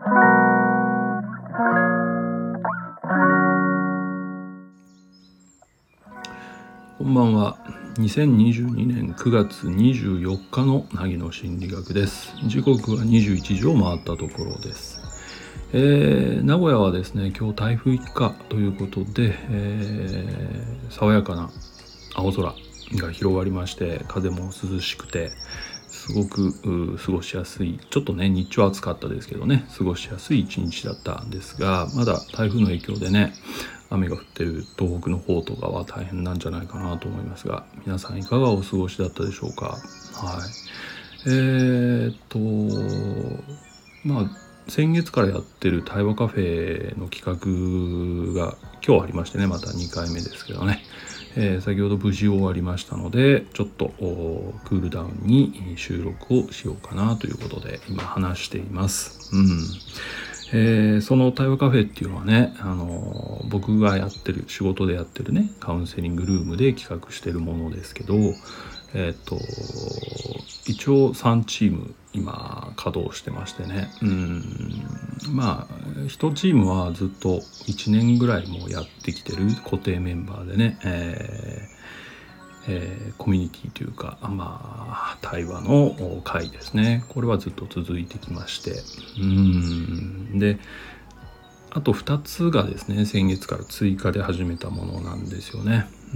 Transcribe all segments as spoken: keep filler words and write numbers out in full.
こんばんは。にせんにじゅうにねんくがつにじゅうよっかの凪の心理学です。時刻はにじゅういちじを回ったところです。えー、名古屋はですね、今日台風一過ということで、えー、爽やかな青空が広がりまして、風も涼しくてすごく過ごしやすい、ちょっとね日中は暑かったですけどね、過ごしやすい一日だったんですが、まだ台風の影響でね雨が降ってる東北の方とかは大変なんじゃないかなと思いますが、皆さんいかがお過ごしだったでしょうか。はい。えー、っとまあ先月からやってる対話カフェの企画が今日ありましてね、またにかいめですけどね、えー、先ほど無事終わりましたので、ちょっとクールダウンに収録をしようかなということで今話しています。うんえー、その対話カフェっていうのはね、あのー、僕がやってる仕事でやってるねカウンセリングルームで企画してるものですけど、えっと一応さんチーム今稼働してましてね、うんまあいちチームはずっといちねんぐらいもやってきてる固定メンバーでね、えーえー、コミュニティというか、まあ対話の会ですね、これはずっと続いてきまして、うんであとふたつがですね先月から追加で始めたものなんですよね。うん、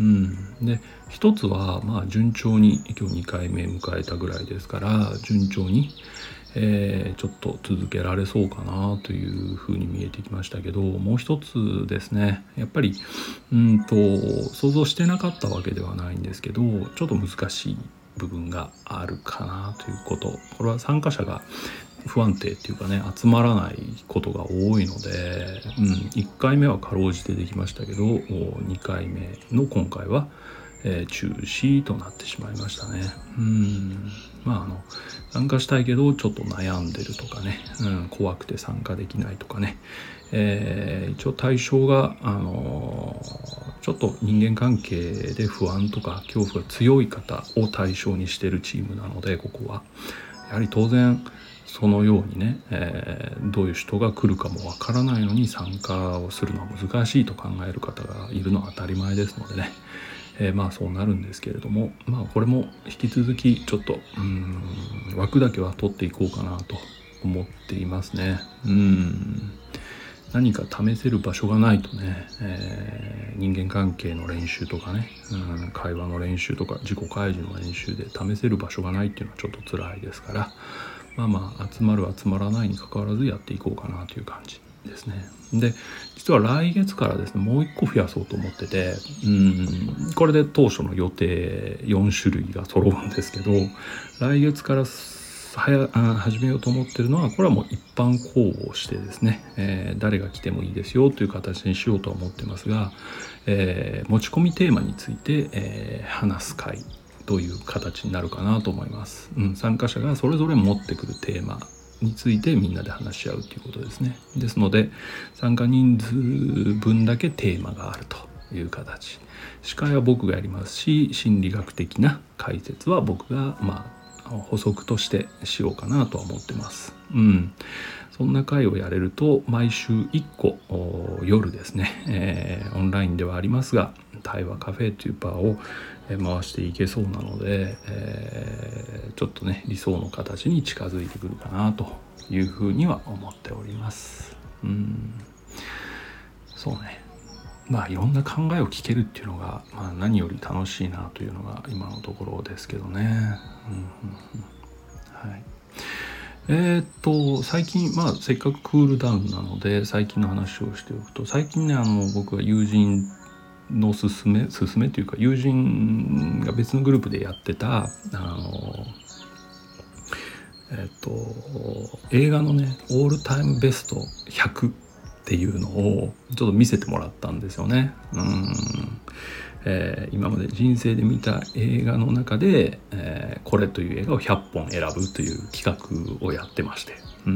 でひとつはまあ順調に今日にかいめ迎えたぐらいですから、順調に、えー、ちょっと続けられそうかなというふうに見えてきましたけど、もう一つですね、やっぱりうんと想像してなかったわけではないんですけど、ちょっと難しい部分があるかなということ。これは参加者が不安定っていうかね、集まらないことが多いので、うん、いっかいめはかろうじてできましたけど、にかいめの今回は、えー、中止となってしまいましたね。うんまああの参加したいけどちょっと悩んでるとかね、うん、怖くて参加できないとかね、えー、一応対象が、あのー、ちょっと人間関係で不安とか恐怖が強い方を対象にしてるチームなので、ここはやはり当然そのようにね、えー、どういう人が来るかもわからないのに参加をするのは難しいと考える方がいるのは当たり前ですのでね、えー、まあそうなるんですけれども、まあこれも引き続きちょっとうーん枠だけは取っていこうかなと思っていますね。うん何か試せる場所がないとね、えー、人間関係の練習とかね、うん、会話の練習とか自己開示の練習で試せる場所がないっていうのはちょっと辛いですから、まあまあ集まる集まらないに関わらずやっていこうかなという感じですね。で実は来月からですねもう一個増やそうと思ってて、うんこれで当初の予定よんしゅるいが揃うんですけど、来月からはや始めようと思ってるのは、これはもう一般公募をしてですね、えー、誰が来てもいいですよという形にしようとは思ってますが、えー、持ち込みテーマについて、えー、話す会という形になるかなと思います。うん、参加者がそれぞれ持ってくるテーマについてみんなで話し合うということですね。ですので参加人数分だけテーマがあるという形。司会は僕がやりますし、心理学的な解説は僕がまあ補足としてしようかなとは思ってます。うん、そんな会をやれると毎週いっこ夜ですね、えー、オンラインではありますが対話カフェという場を回していけそうなので、えー、ちょっとね理想の形に近づいてくるかなというふうには思っております。うん、そうね。まあいろんな考えを聞けるっていうのが、まあ、何より楽しいなというのが今のところですけどね。うんうんうんはい、えー、っと最近、まあ、せっかくクールダウンなので最近の話をしておくと、最近ねあの僕は友人の勧め勧めというか友人が別のグループでやってたあのえー、っと映画のねオールタイムベストひゃくっていうのをちょっと見せてもらったんですよね。うん、えー、今まで人生で見た映画の中で、えー、これという映画をひゃっぽん選ぶという企画をやってまして、うん、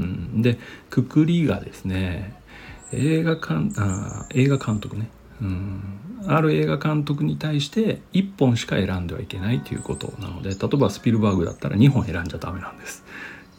でくくりがですね映画監あ映画監督ね、うん、ある映画監督に対していっぽんしか選んではいけないということなので、例えばスピルバーグだったらにほん選んじゃダメなんです。っ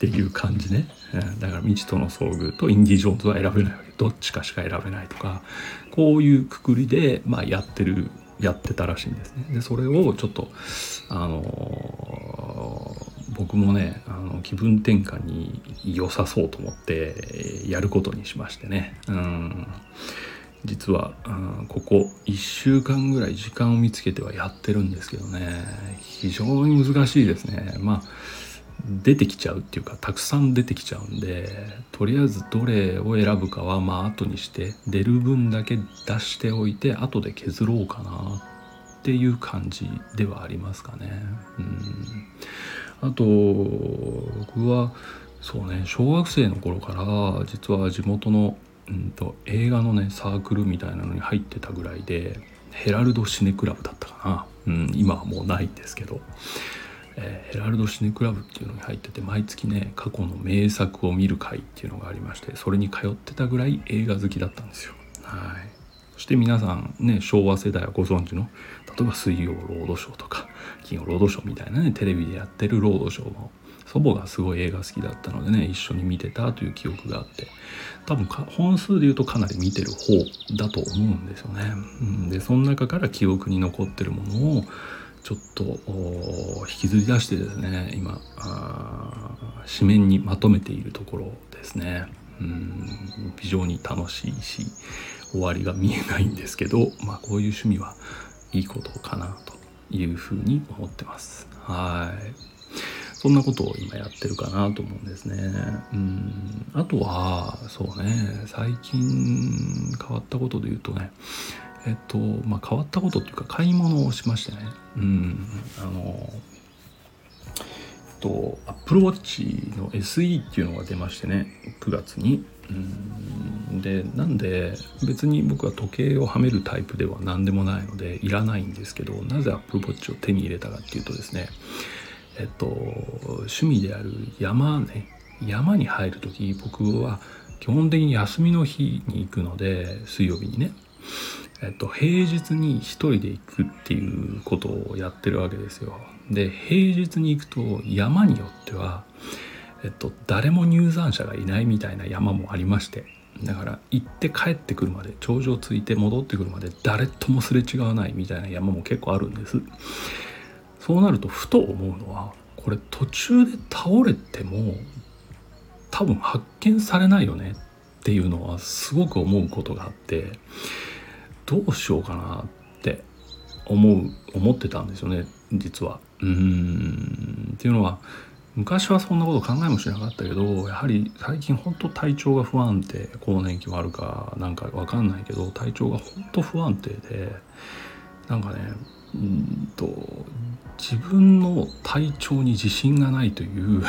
っていう感じね、うん、だから未知との遭遇とインディ・ジョーンズは選べないわけ、どっちかしか選べないとか、こういうくくりで、まあ、やってるやってたらしいんですね。でそれをちょっとあのー、僕もねあの気分転換に良さそうと思ってやることにしましてね、うん実は、うん、ここいっしゅうかんぐらい時間を見つけてはやってるんですけどね、非常に難しいですね。まあ出てきちゃうっていうかたくさん出てきちゃうんで、とりあえずどれを選ぶかはまあ後にして出る分だけ出しておいて後で削ろうかなっていう感じではありますかね。うんあと僕はそうね小学生の頃から実は地元のうんと映画のねサークルみたいなのに入ってたぐらいで、ヘラルドシネクラブだったかな、うん、今はもうないんですけど、えー、ヘラルドシネクラブっていうのに入ってて、毎月ね過去の名作を見る会っていうのがありまして、それに通ってたぐらい映画好きだったんですよ。はい。そして皆さんね昭和世代はご存知の例えば水曜ロードショーとか金曜ロードショーみたいなねテレビでやってるロードショーも祖母がすごい映画好きだったのでね一緒に見てたという記憶があって、多分本数で言うとかなり見てる方だと思うんですよね。うん、でその中から記憶に残ってるものをちょっと引きずり出してですね今紙面にまとめているところですね。うん非常に楽しいし終わりが見えないんですけど、まあこういう趣味はいいことかなというふうに思ってます。はいそんなことを今やってるかなと思うんですね。うんあとはそうね最近変わったことで言うとねえっとまあ変わったことっていうか買い物をしましてね、うんあのと Apple Watch の エスイー っていうのが出ましてねくがつに。うんでなんで別に僕は時計をはめるタイプでは何でもないのでいらないんですけど、なぜ Apple Watch を手に入れたかっていうとですねえっと趣味である山ね山に入る時、僕は基本的に休みの日に行くので水曜日にねえっと、平日に一人で行くっていうことをやってるわけですよ。で平日に行くと山によっては、えっと、誰も入山者がいないみたいな山もありまして、だから行って帰ってくるまで頂上着いて戻ってくるまで誰ともすれ違わないみたいな山も結構あるんです。そうなるとふと思うのは、これ途中で倒れても多分発見されないよねっていうのはすごく思うことがあって、どうしようかなって思う思ってたんですよね実は。うーんっていうのは昔はそんなこと考えもしなかったけど、やはり最近本当体調が不安定、更年期もあるかなんか分かんないけど体調が本当不安定で、なんかねうんと自分の体調に自信がないという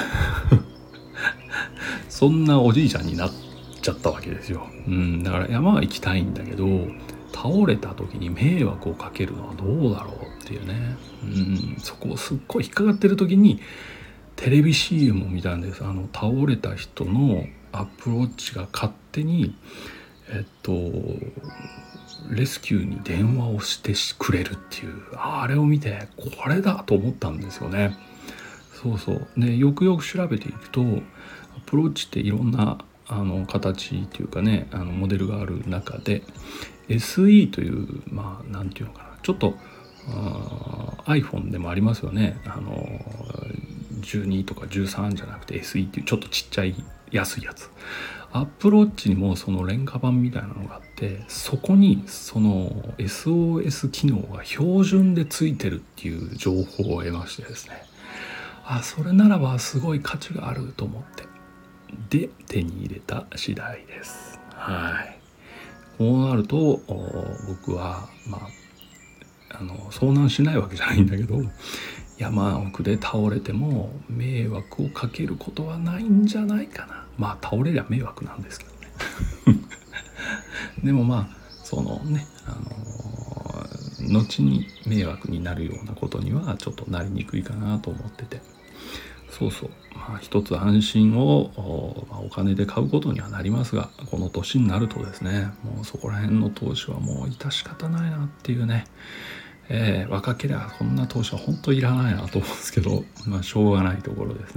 そんなおじいちゃんになっちゃったわけですよ。うんだから山は行きたいんだけど倒れた時に迷惑をかけるのはどうだろうっていうね、うんそこをすっごい引っかかってる時にテレビ シーエム を見たんです。あの倒れた人のアップローチが勝手にえっとレスキューに電話をしてくれるっていう、あれを見てこれだと思ったんですよね。そうそうでよくよく調べていくとアプローチっていろんなあの形っていうかねあのモデルがある中で エスイー というまあなんていうのかなちょっと iPhone でもありますよね、あのじゅうにとかじゅうさんじゃなくて エスイー っていうちょっとちっちゃい安いやつ、アップルウォッチにもその廉価版みたいなのがあって、そこにその エスオーエス 機能が標準でついてるっていう情報を得ましてですね、あそれならばすごい価値があると思ってで手に入れた次第です。はい。こうなると僕はまああの遭難しないわけじゃないんだけど、山奥で倒れても迷惑をかけることはないんじゃないかな。まあ倒れりゃ迷惑なんですけどねでもまあそのねあの後に迷惑になるようなことにはちょっとなりにくいかなと思ってて、そうそうまあ一つ安心を お,、まあ、お金で買うことにはなりますが、この年になるとですねもうそこら辺の投資はもう致し方ないなっていうね、えー、若ければこんな投資は本当いらないなと思うんですけど、まあしょうがないところですね。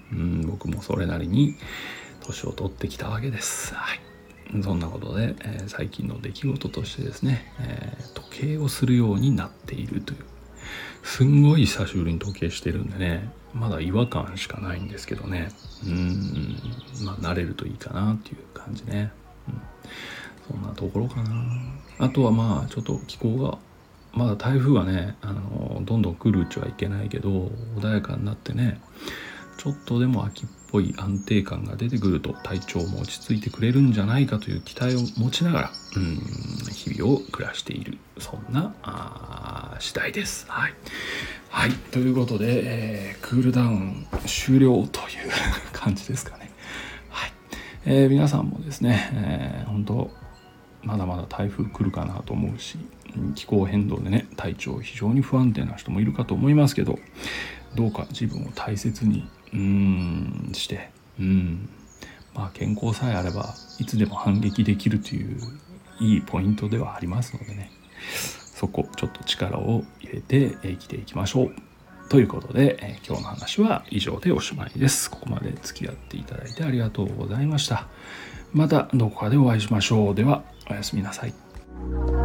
うん、僕もそれなりに年を取ってきたわけです。はい。そんなことで、えー、最近の出来事としてですね、えー、時計をするようになっているという、すんごい久しぶりに時計してるんでね、まだ違和感しかないんですけどね、うーん、まあ慣れるといいかなっていう感じね、うん、そんなところかな。あとはまあちょっと気候がまだ台風がね、あのどんどん来るうちはいけないけど、穏やかになってね、ちょっとでも秋っぽい安定感が出てくると体調も落ち着いてくれるんじゃないかという期待を持ちながら、うん、日々を暮らしている、そんなあ次第です。はい、はい、ということで、えー、クールダウン終了という感じですかね。はい、えー、皆さんもですね、えー、本当まだまだ台風来るかなと思うし、気候変動でね体調非常に不安定な人もいるかと思いますけど、どうか自分を大切にうーんして、うん、まあ健康さえあればいつでも反撃できるといういいポイントではありますのでね、そこちょっと力を入れて生きていきましょうということで、えー、今日の話は以上でおしまいです。ここまで付き合っていただいてありがとうございました。またどこかでお会いしましょう。ではおやすみなさい。